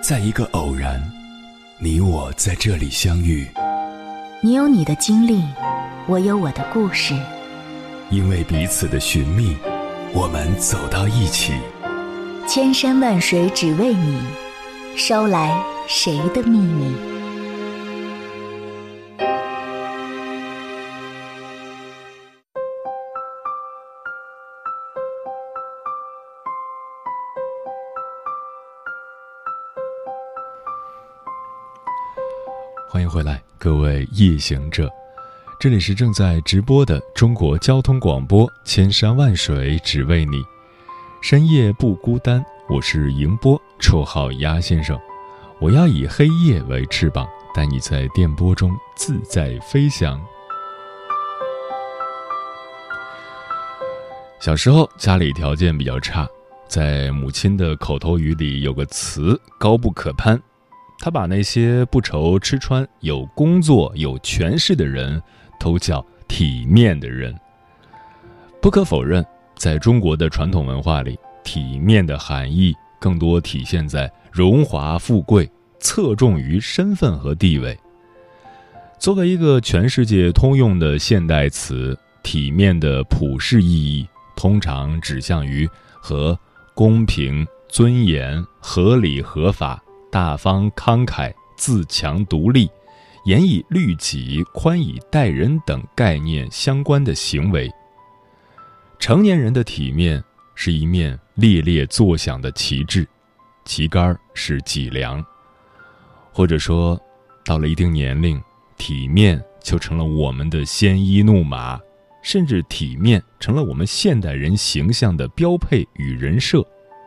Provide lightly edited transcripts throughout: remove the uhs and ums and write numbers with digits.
在一个偶然，你我在这里相遇。 你有你的经历，我有我的故事。 因为彼此的寻觅，我们走到一起。 千山万水只为你，捎来谁的秘密？ 欢迎回来，各位夜行者，这里是正在直播的中国交通广播，千山万水只为你，深夜不孤单。我是迎波，绰号鸭先生。我要以黑夜为翅膀，带你在电波中自在飞翔。小时候家里条件比较差，在母亲的口头语里有个词高不可攀，他把那些不愁吃穿、有工作、有权势的人都叫体面的人。不可否认，在中国的传统文化里，体面的含义更多体现在荣华富贵，侧重于身份和地位。作为一个全世界通用的现代词，体面的普世意义通常指向于和公平、尊严、合理合法、大方慷慨、自强独立、严以律己、宽以待人等概念相关的行为。成年人的体面是一面猎猎作响的旗帜，旗杆是脊梁。或者说，到了一定年龄，体面就成了我们的鲜衣怒马，甚至体面成了我们现代人形象的标配与人设。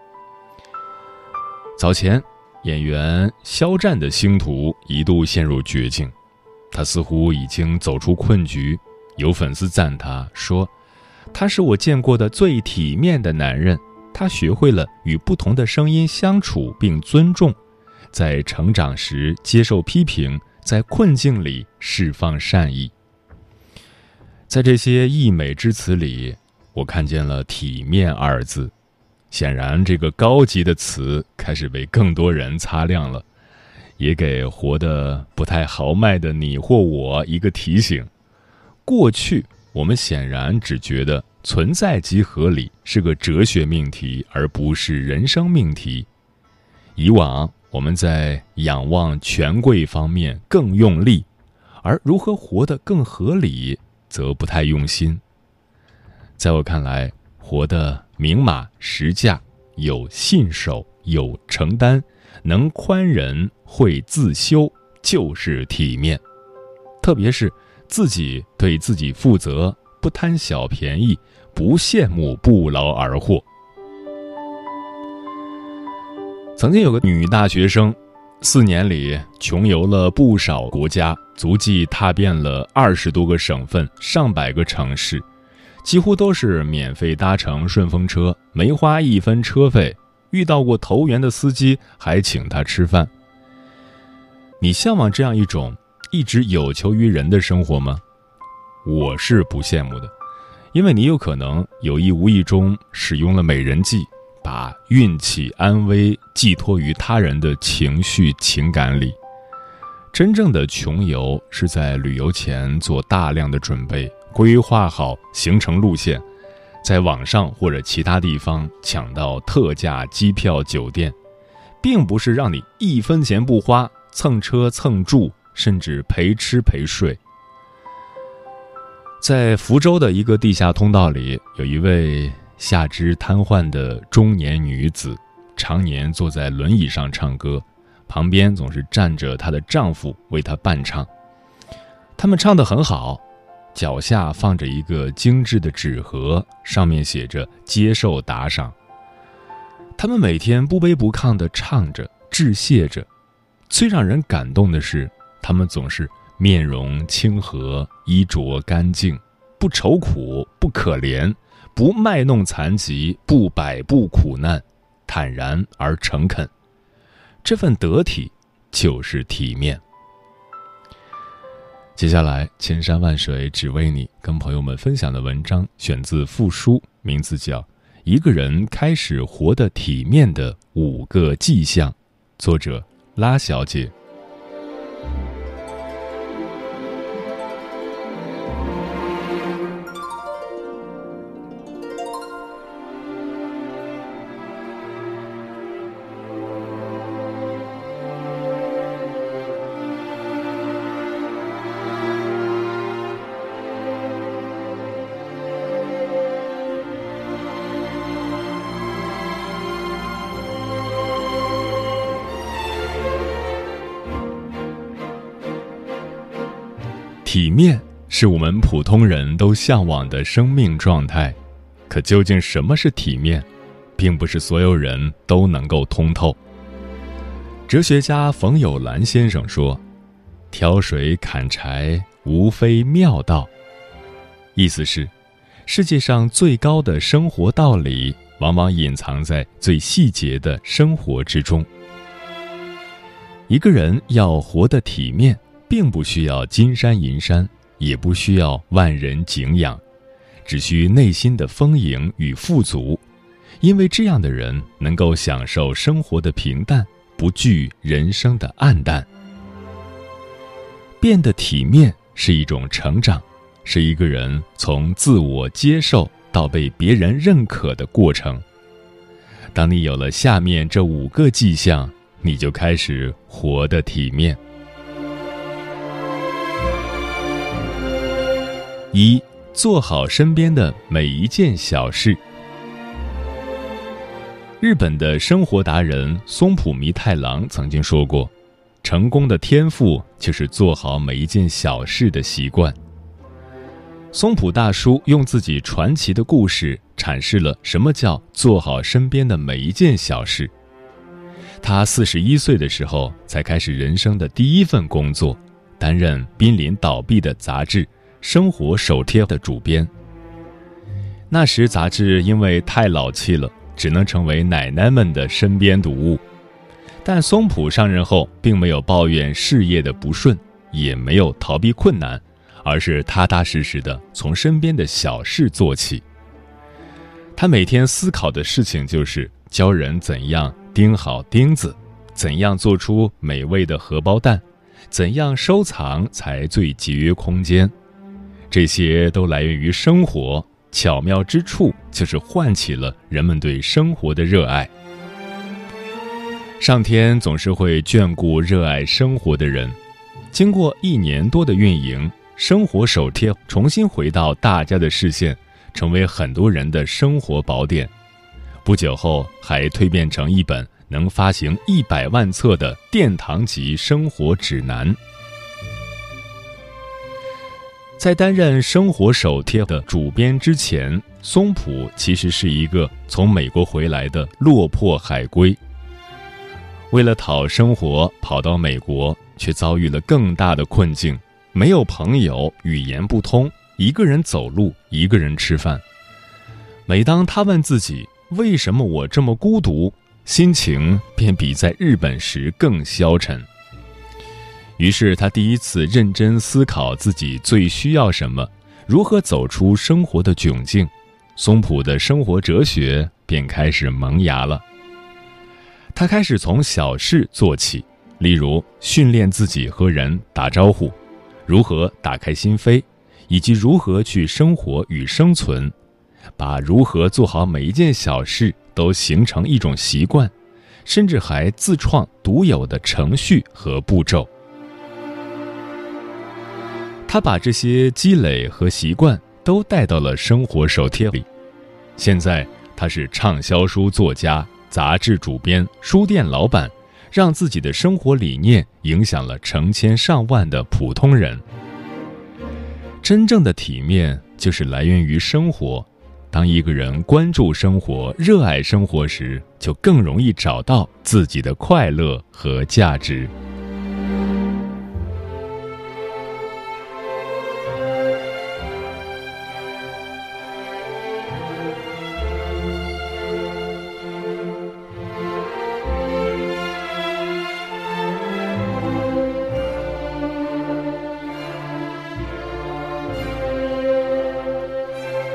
早前演员肖战的星途一度陷入绝境，他似乎已经走出困局。有粉丝赞他说，他是我见过的最体面的男人，他学会了与不同的声音相处并尊重，在成长时接受批评，在困境里释放善意。在这些溢美之词里，我看见了体面二字。显然这个高级的词开始被更多人擦亮了，也给活得不太豪迈的你或我一个提醒。过去我们显然只觉得存在即合理是个哲学命题，而不是人生命题。以往我们在仰望权贵方面更用力，而如何活得更合理则不太用心。在我看来，活得明码实价，有信守，有承担，能宽仁，会自修，就是体面。特别是自己对自己负责，不贪小便宜，不羡慕不劳而获。曾经有个女大学生，4年里穷游了不少国家，足迹踏遍了20多个省份，上百个城市，几乎都是免费搭乘顺风车，没花1分车费，遇到过投缘的司机还请他吃饭。你向往这样一种一直有求于人的生活吗？我是不羡慕的，因为你有可能有意无意中使用了美人计，把运气安危寄托于他人的情绪情感里。真正的穷游是在旅游前做大量的准备，规划好行程路线，在网上或者其他地方抢到特价机票酒店，并不是让你1分钱不花，蹭车蹭住，甚至陪吃陪睡。在福州的一个地下通道里，有一位下肢瘫痪的中年女子，常年坐在轮椅上唱歌，旁边总是站着她的丈夫为她伴唱。他们唱得很好，脚下放着一个精致的纸盒，上面写着接受打赏。他们每天不卑不亢地唱着，致谢着。最让人感动的是，他们总是面容清和，衣着干净，不愁苦，不可怜，不卖弄残疾，不摆布苦难，坦然而诚恳。这份得体就是体面。接下来，千山万水只为你，跟朋友们分享的文章选自复书，名字叫《一个人开始活得体面的5个迹象》，作者拉小姐。体面是我们普通人都向往的生命状态，可究竟什么是体面，并不是所有人都能够通透。哲学家冯友兰先生说：“挑水砍柴，无非妙道。”意思是，世界上最高的生活道理，往往隐藏在最细节的生活之中。一个人要活得体面，并不需要金山银山，也不需要万人敬仰，只需内心的丰盈与富足，因为这样的人能够享受生活的平淡，不惧人生的暗淡。变得体面是一种成长，是一个人从自我接受到被别人认可的过程。当你有了下面这5个迹象，你就开始活得体面。1. 做好身边的每一件小事。日本的生活达人松浦弥太郎曾经说过，成功的天赋就是做好每一件小事的习惯。松浦大叔用自己传奇的故事阐释了什么叫做好身边的每一件小事。他41岁的时候才开始人生的第一份工作，担任濒临倒闭的杂志《生活手帖》的主编。那时杂志因为太老气了，只能成为奶奶们的身边读物。但松浦上任后并没有抱怨事业的不顺，也没有逃避困难，而是踏踏实实地从身边的小事做起。他每天思考的事情就是教人怎样钉好钉子，怎样做出美味的荷包蛋，怎样收藏才最节约空间。这些都来源于生活，巧妙之处就是唤起了人们对生活的热爱。上天总是会眷顾热爱生活的人。经过1年多的运营，生活手帖重新回到大家的视线，成为很多人的生活宝典。不久后还蜕变成一本能发行100万册的殿堂级生活指南。在担任生活手帖的主编之前，松浦其实是一个从美国回来的落魄海归。为了讨生活跑到美国，却遭遇了更大的困境，没有朋友，语言不通，一个人走路，一个人吃饭。每当他问自己为什么我这么孤独，心情便比在日本时更消沉。于是他第一次认真思考自己最需要什么，如何走出生活的窘境，松浦的生活哲学便开始萌芽了。他开始从小事做起，例如训练自己和人打招呼，如何打开心扉，以及如何去生活与生存，把如何做好每一件小事都形成一种习惯，甚至还自创独有的程序和步骤。他把这些积累和习惯都带到了生活手帖里。现在他是畅销书作家、杂志主编、书店老板，让自己的生活理念影响了成千上万的普通人。真正的体面就是来源于生活。当一个人关注生活、热爱生活时，就更容易找到自己的快乐和价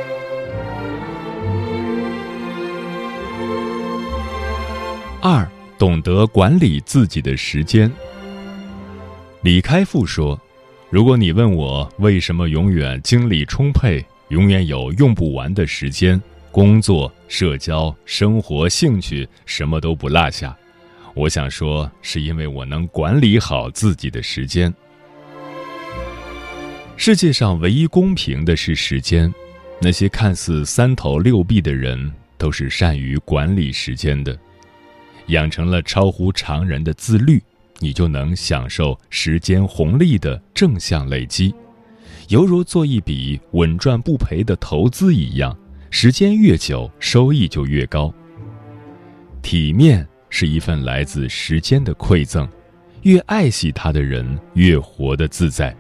值。2. 懂得管理自己的时间。李开复说，如果你问我为什么永远精力充沛，永远有用不完的时间，工作、社交、生活、兴趣什么都不落下，我想说，是因为我能管理好自己的时间。世界上唯一公平的是时间，那些看似三头六臂的人，都是善于管理时间的。养成了超乎常人的自律，你就能享受时间红利的正向累积，犹如做一笔稳赚不赔的投资一样，时间越久，收益就越高。体面是一份来自时间的馈赠，越爱惜它的人，越活得自在。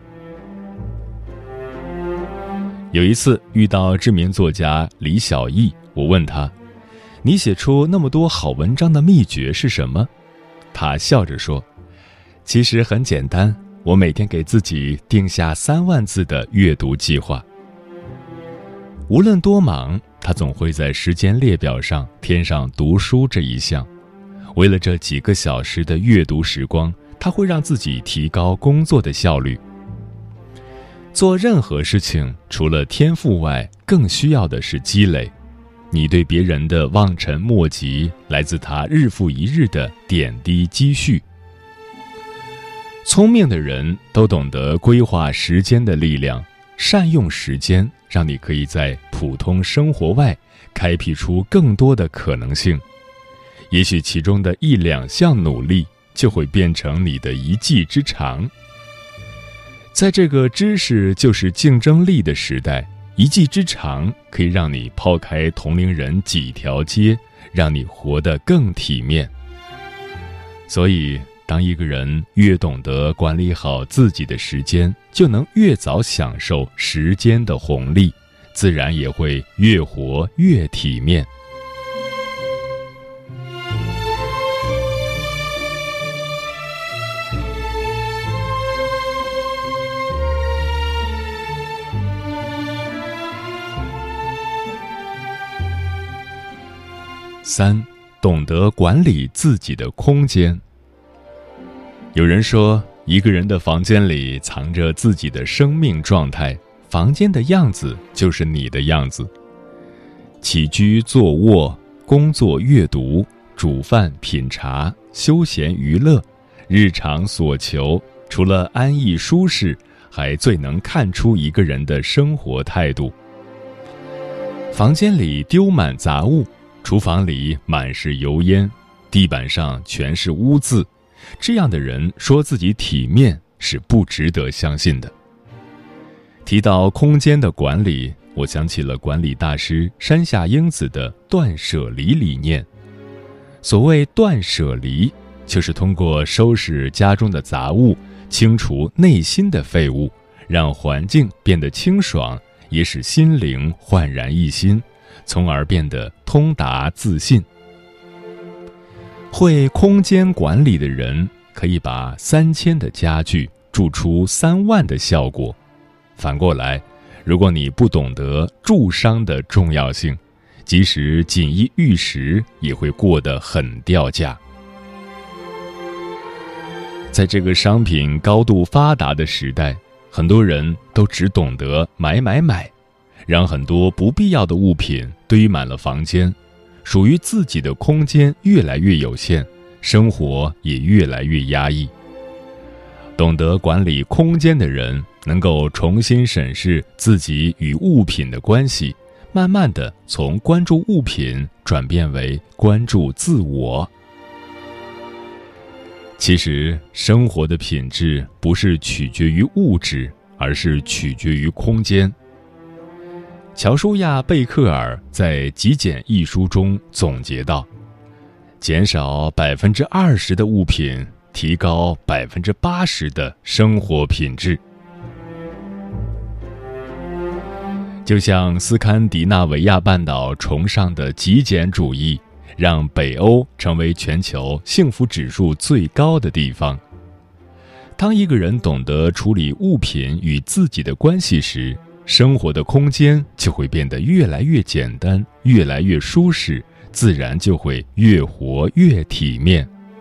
有一次遇到知名作家李小艺，我问他，你写出那么多好文章的秘诀是什么？他笑着说，其实很简单，我每天给自己定下3万字的阅读计划。无论多忙，他总会在时间列表上添上读书这一项。为了这几个小时的阅读时光，他会让自己提高工作的效率。做任何事情，除了天赋外，更需要的是积累。你对别人的望尘莫及，来自他日复一日的点滴积蓄。聪明的人都懂得规划时间的力量，善用时间，让你可以在普通生活外开辟出更多的可能性。也许其中的1-2项努力，就会变成你的一技之长。在这个知识就是竞争力的时代，一技之长可以让你抛开同龄人几条街，让你活得更体面。所以，当一个人越懂得管理好自己的时间，就能越早享受时间的红利，自然也会越活越体面。3. 懂得管理自己的空间。有人说，一个人的房间里藏着自己的生命状态，房间的样子就是你的样子。起居坐卧、工作阅读、煮饭品茶、休闲娱乐，日常所求，除了安逸舒适，还最能看出一个人的生活态度。房间里丢满杂物，厨房里满是油烟，地板上全是污渍，这样的人说自己体面是不值得相信的。提到空间的管理，我想起了管理大师山下英子的断舍离理念。所谓断舍离，就是通过收拾家中的杂物，清除内心的废物，让环境变得清爽，也使心灵焕然一新，从而变得通达自信。会空间管理的人，可以把3000的家具铸出3万的效果。反过来，如果你不懂得住商的重要性，即使锦衣玉食也会过得很掉价。在这个商品高度发达的时代，很多人都只懂得买，让很多不必要的物品堆满了房间，属于自己的空间越来越有限，生活也越来越压抑。懂得管理空间的人，能够重新审视自己与物品的关系，慢慢地从关注物品转变为关注自我。其实，生活的品质不是取决于物质，而是取决于空间。乔舒亚·贝克尔在《极简》一书中总结道：减少20%的物品，提高80%的生活品质。就像斯堪的纳维亚半岛崇尚的极简主义，让北欧成为全球幸福指数最高的地方。当一个人懂得处理物品与自己的关系时，生活的空间就会变得越来越简单，越来越舒适，自然就会越活越体面。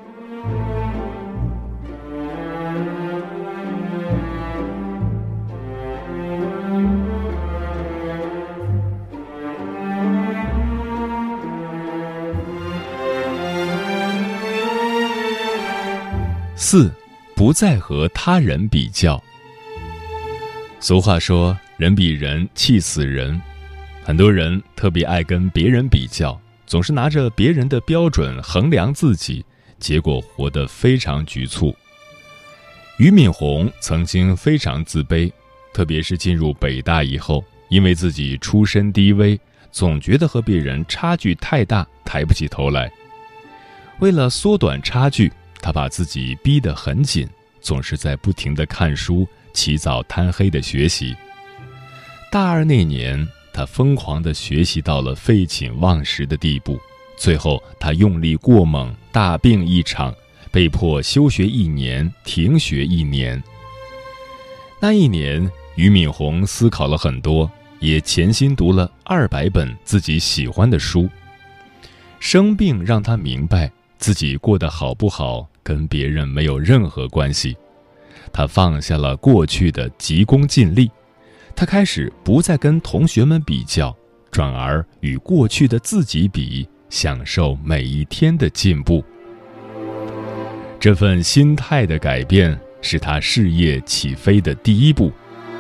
4. 不再和他人比较。俗话说，人比人气死人。很多人特别爱跟别人比较，总是拿着别人的标准衡量自己，结果活得非常局促。俞敏洪曾经非常自卑，特别是进入北大以后，因为自己出身低微，总觉得和别人差距太大，抬不起头来。为了缩短差距，他把自己逼得很紧，总是在不停地看书，起早贪黑的学习。大2那年，他疯狂地学习到了废寝忘食的地步，最后他用力过猛，大病一场，被迫休学1年，停学1年。那1年，俞敏洪思考了很多，也潜心读了200本自己喜欢的书。生病让他明白，自己过得好不好跟别人没有任何关系。他放下了过去的急功近利，他开始不再跟同学们比较，转而与过去的自己比，享受每一天的进步。这份心态的改变是他事业起飞的第一步。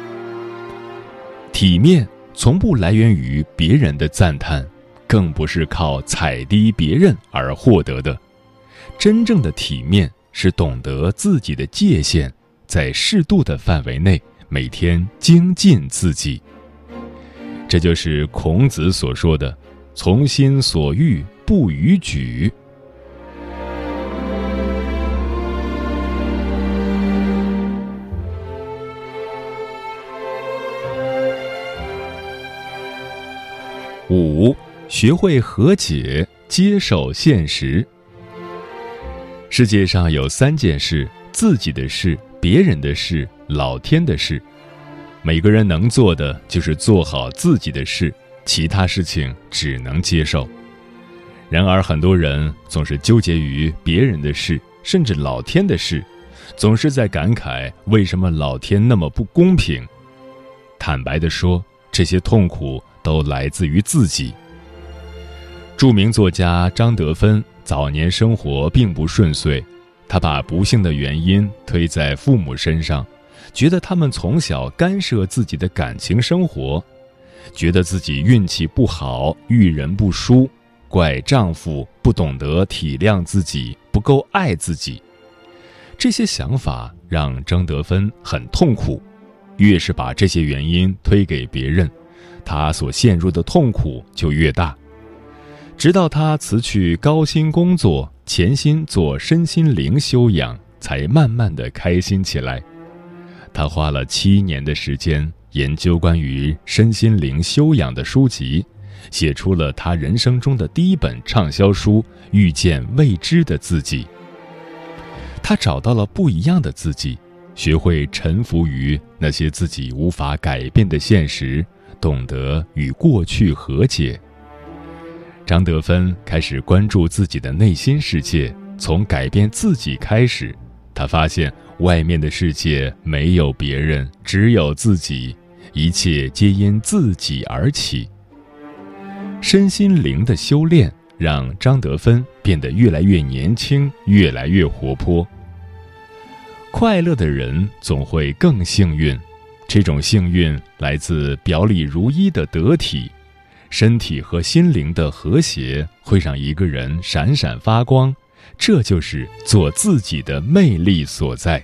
体面从不来源于别人的赞叹，更不是靠踩低别人而获得的。真正的体面是懂得自己的界限，在适度的范围内每天精进自己。这就是孔子所说的从心所欲不逾矩。5. 学会和解，接受现实。世界上有3件事：自己的事、别人的事、老天的事。每个人能做的就是做好自己的事，其他事情只能接受。然而很多人总是纠结于别人的事，甚至老天的事，总是在感慨为什么老天那么不公平。坦白地说，这些痛苦都来自于自己。著名作家张德芬早年生活并不顺遂，他把不幸的原因推在父母身上，觉得他们从小干涉自己的感情生活，觉得自己运气不好，遇人不淑，怪丈夫不懂得体谅自己，不够爱自己。这些想法让张德芬很痛苦，越是把这些原因推给别人，他所陷入的痛苦就越大。直到他辞去高薪工作，潜心做身心灵修养，才慢慢的开心起来。他花了7年的时间研究关于身心灵修养的书籍，写出了他人生中的第1本畅销书《遇见未知的自己》。他找到了不一样的自己，学会臣服于那些自己无法改变的现实，懂得与过去和解。张德芬开始关注自己的内心世界，从改变自己开始。他发现外面的世界没有别人，只有自己，一切皆因自己而起。身心灵的修炼让张德芬变得越来越年轻，越来越活泼。快乐的人总会更幸运，这种幸运来自表里如一的得体。身体和心灵的和谐会让一个人闪闪发光，这就是做自己的魅力所在。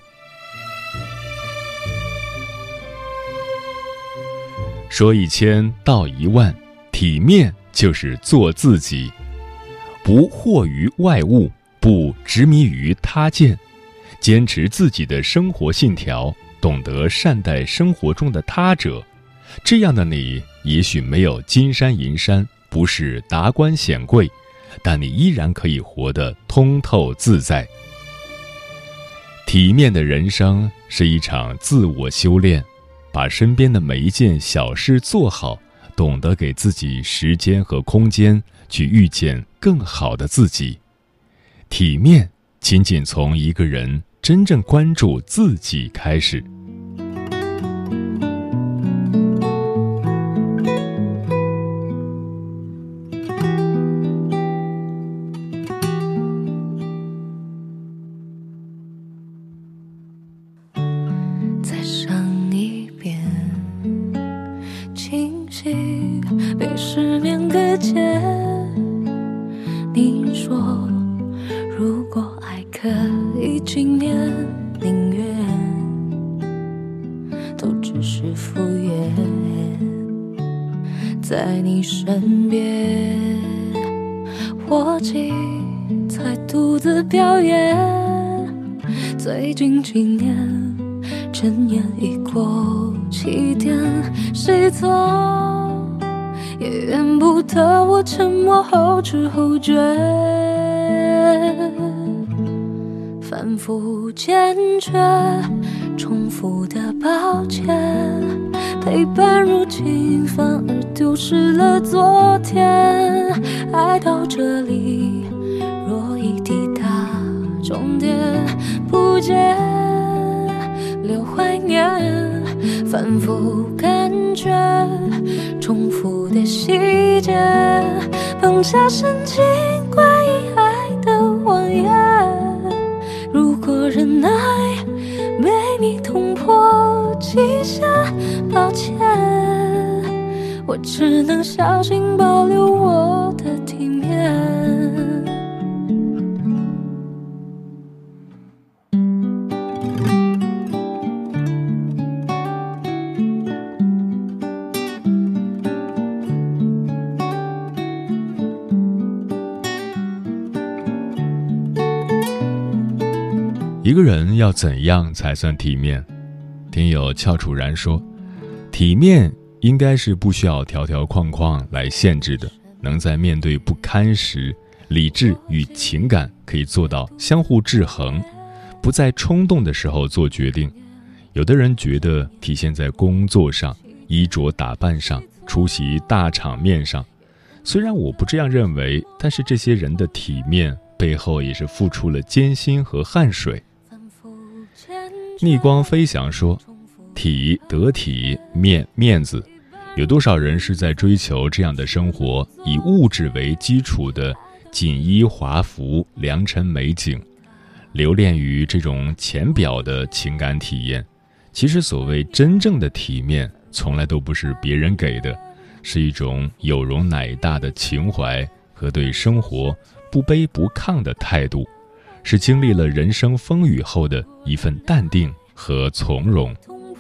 说1000道10000，体面就是做自己，不惑于外物，不执迷于他见，坚持自己的生活信条，懂得善待生活中的他者。这样的你也许没有金山银山，不是达官显贵，但你依然可以活得通透自在。体面的人生是一场自我修炼，把身边的每一件小事做好，懂得给自己时间和空间，去遇见更好的自己。体面仅仅从一个人真正关注自己开始。 可以纪念，宁愿都只是敷衍，在你身边，我记才独自表演。最近几年，真言已过起点，谁错也怨不得我沉默后知后觉，反复坚决，重复的抱歉，陪伴如今反而丢失了昨天。爱到这里，若已抵达终点，不见留怀念，反复感觉，重复的细节，绑架神经怪异爱的谎言。如果忍耐被你捅破极限，抱歉，我只能小心保留我的体面。 一个人要怎样才算体面？听友翘楚然说，体面应该是不需要条条框框来限制的，能在面对不堪时，理智与情感可以做到相互制衡，不在冲动的时候做决定。有的人觉得体现在工作上、衣着打扮上、出席大场面上，虽然我不这样认为，但是这些人的体面背后也是付出了艰辛和汗水。逆光飞翔说，体得体，面子，有多少人是在追求这样的生活，以物质为基础的锦衣华服、良辰美景，留恋于这种浅表的情感体验。其实所谓真正的体面，从来都不是别人给的，是一种有容乃大的情怀和对生活不卑不亢的态度，是经历了人生风雨后的一份淡定和从容。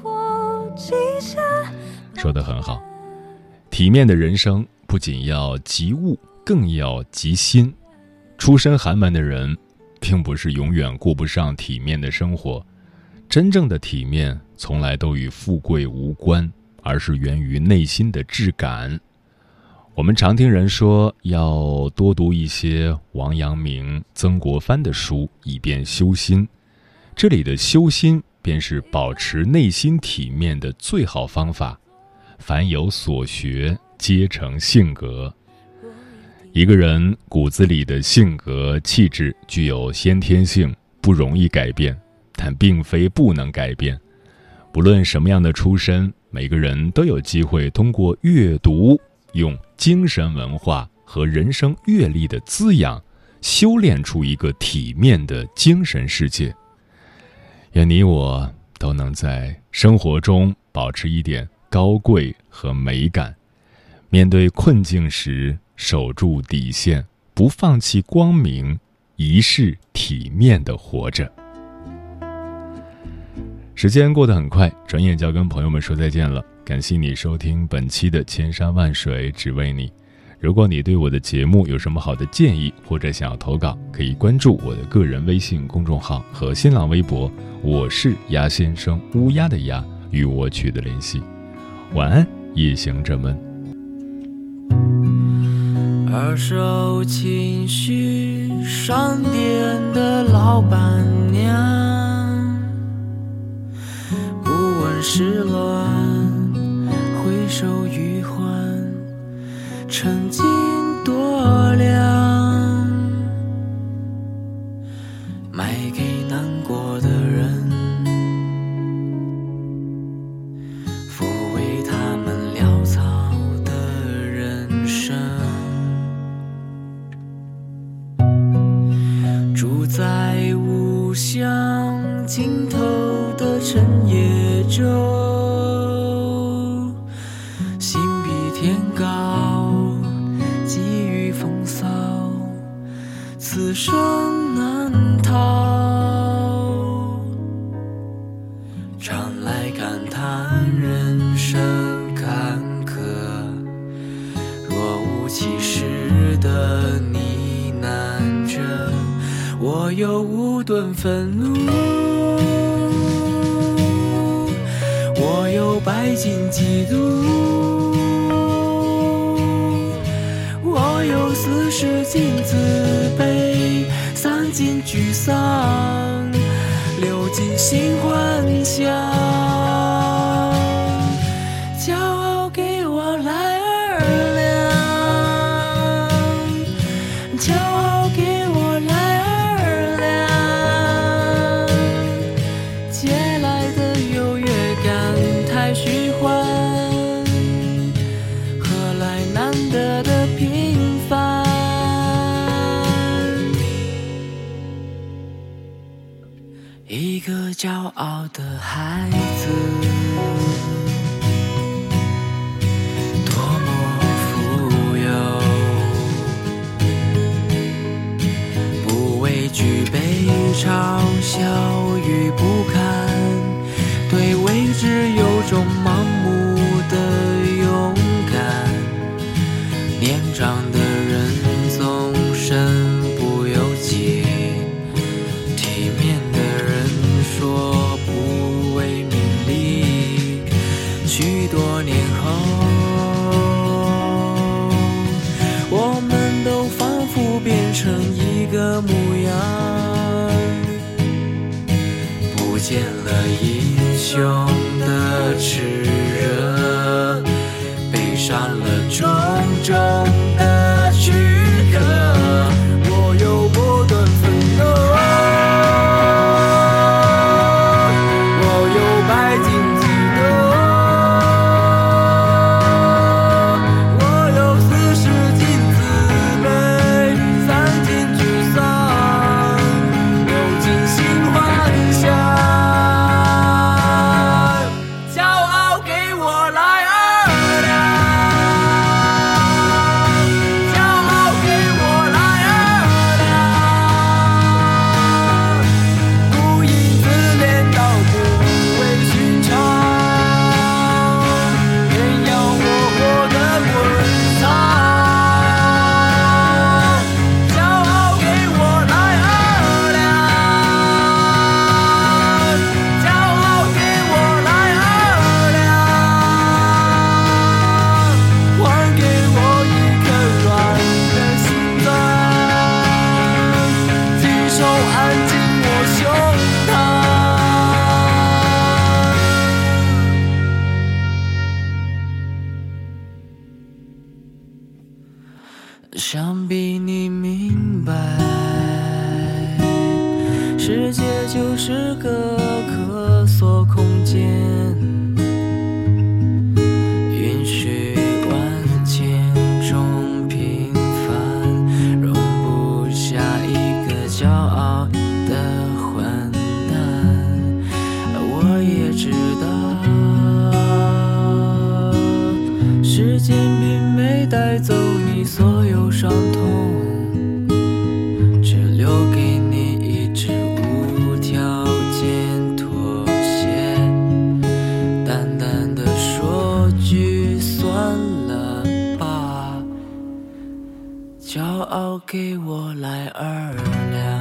说得很好，体面的人生不仅要及物，更要及心。出身寒门的人并不是永远过不上体面的生活，真正的体面从来都与富贵无关，而是源于内心的质感。我们常听人说要多读一些王阳明、曾国藩的书，以便修心。这里的修心便是保持内心体面的最好方法。凡有所学，皆成性格。一个人骨子里的性格气质具有先天性，不容易改变，但并非不能改变。不论什么样的出身，每个人都有机会通过阅读，用精神文化和人生阅历的滋养，修炼出一个体面的精神世界。愿你我都能在生活中保持一点高贵和美感，面对困境时守住底线，不放弃光明，一世体面地活着。时间过得很快，转眼就要跟朋友们说再见了。感谢你收听本期的千山万水只为你。如果你对我的节目有什么好的建议，或者想要投稿，可以关注我的个人微信公众号和新浪微博，我是鸭先生，乌鸦的鸭，与我取得联系。晚安，夜行者们。 二手情绪商店的老板娘，不问时乱，回首余欢，曾经多亮，卖给难过的人，抚慰他们潦草的人生。住在无相尽头的深夜中，心比天高，际遇风骚，此此生难逃。常来感叹人生坎坷，若无其事的呢喃着，我又无顿愤怒，我又百斤嫉妒，我又40斤自卑，3斤沮丧，6斤新幻想。骄傲给我来2两，骄傲给我来2两，借来的优越感太虚幻，何来难得的平凡？一个骄傲的孩子，多么富有，不畏惧被嘲笑与不堪，对未知有种盲目的勇敢。年长的人总身不由己，体面的人说不为名利。许多年后，我们都仿佛变成一个模样，不见了英雄的炽热，背上了重重的躯壳，我有我的愤怒，我有百斤嫉妒，我有40斤自卑，3斤沮丧，6斤新幻想。骄傲给我来2两，骄傲给我来2两，不因自恋到不为寻常，偏要我活得滚烫。骄傲给我来2两，骄傲给我来2两，还给我一颗软的心脏，亲手按进我胸膛。想必你明白，世界就是个可缩空间，允许万千种平凡，容不下一个骄傲的混蛋。我也知道，时间并没带走你所有伤痛，只留给你一直无条件妥协，淡淡的说句算了吧，骄傲给我来2两。